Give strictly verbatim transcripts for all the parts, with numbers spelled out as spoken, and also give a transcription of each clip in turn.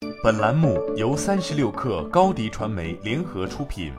本栏目由三十六氪高低传媒联合出品。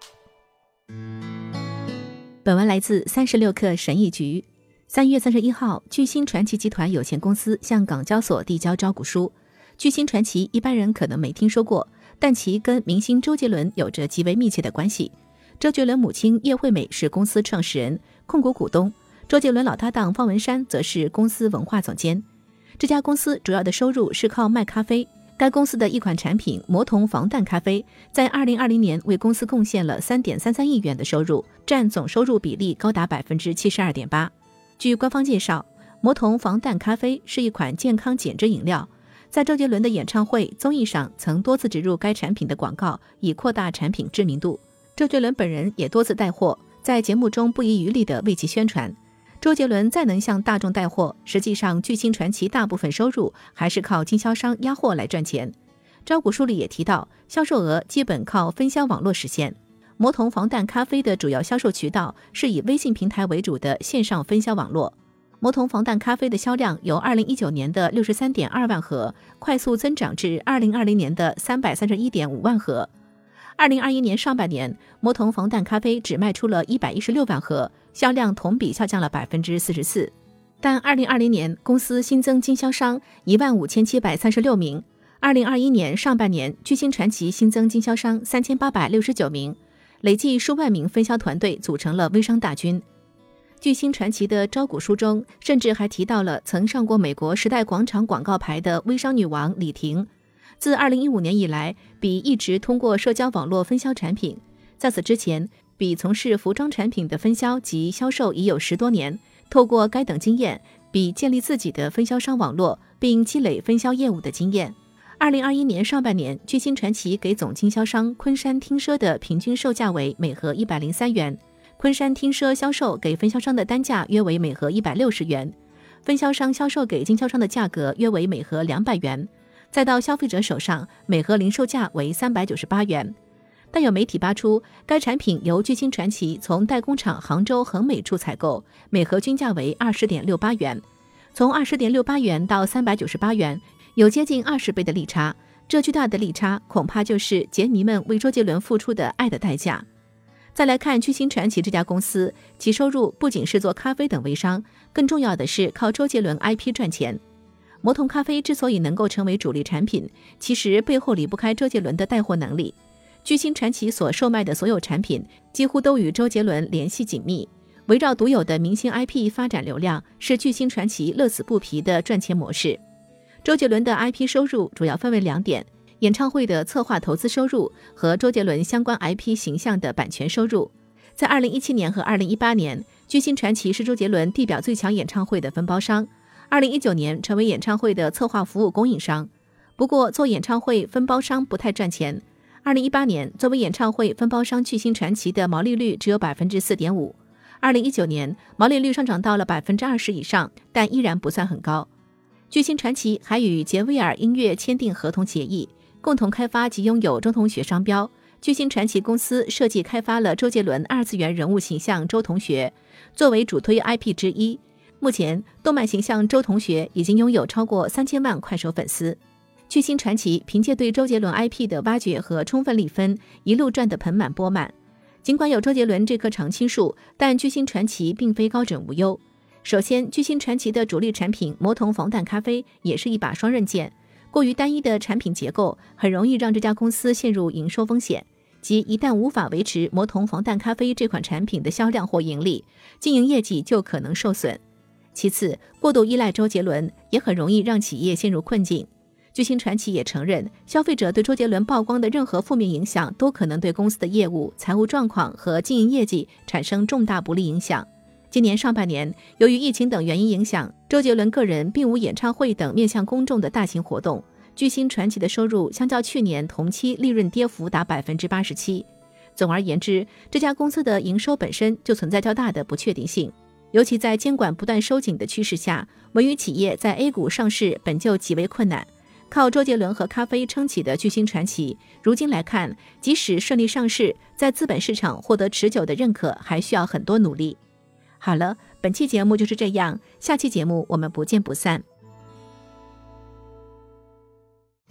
本文来自三十六氪神译局。三月三十一号，巨星传奇集团有限公司向港交所递交招股书。巨星传奇一般人可能没听说过，但其跟明星周杰伦有着极为密切的关系。周杰伦母亲叶惠美是公司创始人、控股股东，周杰伦老搭档方文山则是公司文化总监。这家公司主要的收入是靠卖咖啡。该公司的一款产品魔童防弹咖啡在二零二零年为公司贡献了 三点三三亿元的收入，占总收入比例高达 百分之七十二点八。 据官方介绍，魔童防弹咖啡是一款健康减脂饮料，在周杰伦的演唱会、综艺上曾多次植入该产品的广告，以扩大产品知名度。周杰伦本人也多次带货，在节目中不遗余力地为其宣传。周杰伦再能向大众带货，实际上巨星传奇大部分收入还是靠经销商压货来赚钱。招股书里也提到，销售额基本靠分销网络实现。魔童防弹咖啡的主要销售渠道是以微信平台为主的线上分销网络。魔童防弹咖啡的销量由二零一九年的 六十三点二万盒快速增长至二零二零年的 三百三十一点五万盒。二零二一年上半年，魔童防弹咖啡只卖出了一百一十六万盒，销量同比下降了 百分之四十四。 但二零二零年公司新增经销商一万五千七百三十六名，二零二一年上半年巨星传奇新增经销商三千八百六十九名，累计数万名分销团队组成了微商大军。巨星传奇的招股书中甚至还提到了曾上过美国时代广场广告牌的微商女王李婷。自二零一五年以来，比一直通过社交网络分销产品。在此之前，比从事服装产品的分销及销售已有十多年。透过该等经验，比建立自己的分销商网络，并积累分销业务的经验。二零二一年上半年，巨星传奇给总经销商昆山听奢的平均售价为每盒一百零三元，昆山听奢销售给分销商的单价约为每盒一百六十元，分销商销售给经销商的价格约为每盒两百元。再到消费者手上，每盒零售价为三百九十八元。但有媒体扒出，该产品由巨星传奇从代工厂杭州恒美处采购，每盒均价为 二十点六八元。从 二十点六八元到三百九十八元，有接近二十倍的利差。这巨大的利差，恐怕就是杰迷们为周杰伦付出的爱的代价。再来看巨星传奇这家公司，其收入不仅是做咖啡等微商，更重要的是靠周杰伦 I P 赚钱。魔童咖啡之所以能够成为主力产品，其实背后离不开周杰伦的带货能力。巨星传奇所售卖的所有产品几乎都与周杰伦联系紧密，围绕独有的明星 I P 发展流量，是巨星传奇乐此不疲的赚钱模式。周杰伦的 I P 收入主要分为两点：演唱会的策划投资收入和周杰伦相关 I P 形象的版权收入。在二零一七年和二零一八年，巨星传奇是周杰伦地表最强演唱会的分包商，二零一九年成为演唱会的策划服务供应商。不过做演唱会分包商不太赚钱。二零一八年作为演唱会分包商巨星传奇的毛利率只有 百分之四点五， 二零一九年毛利率上涨到了 百分之二十 以上，但依然不算很高。巨星传奇还与杰威尔音乐签订合同协议，共同开发及拥有周同学商标。巨星传奇公司设计开发了周杰伦二次元人物形象周同学，作为主推 I P 之一。目前动漫形象周同学已经拥有超过三千万快手粉丝。巨星传奇凭借对周杰伦 I P 的挖掘和充分利分，一路赚得盆满钵满。尽管有周杰伦这棵常青树，但巨星传奇并非高枕无忧。首先，巨星传奇的主力产品魔童防弹咖啡也是一把双刃剑，过于单一的产品结构很容易让这家公司陷入营收风险，即一旦无法维持魔童防弹咖啡这款产品的销量或盈利，经营业绩就可能受损。其次，过度依赖周杰伦也很容易让企业陷入困境。巨星传奇也承认，消费者对周杰伦曝光的任何负面影响都可能对公司的业务、财务状况和经营业绩产生重大不利影响。今年上半年，由于疫情等原因影响，周杰伦个人并无演唱会等面向公众的大型活动。巨星传奇的收入相较去年同期利润跌幅达 百分之八十七。总而言之，这家公司的营收本身就存在较大的不确定性。尤其在监管不断收紧的趋势下，文娱企业在 A 股上市本就极为困难。靠周杰伦和咖啡撑起的巨星传奇，如今来看，即使顺利上市，在资本市场获得持久的认可，还需要很多努力。好了，本期节目就是这样，下期节目我们不见不散。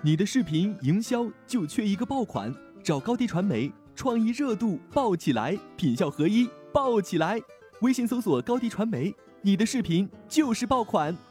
你的视频营销就缺一个爆款，找高迪传媒，创意热度爆起来，品效合一爆起来。微信搜索高迪传媒，你的视频就是爆款。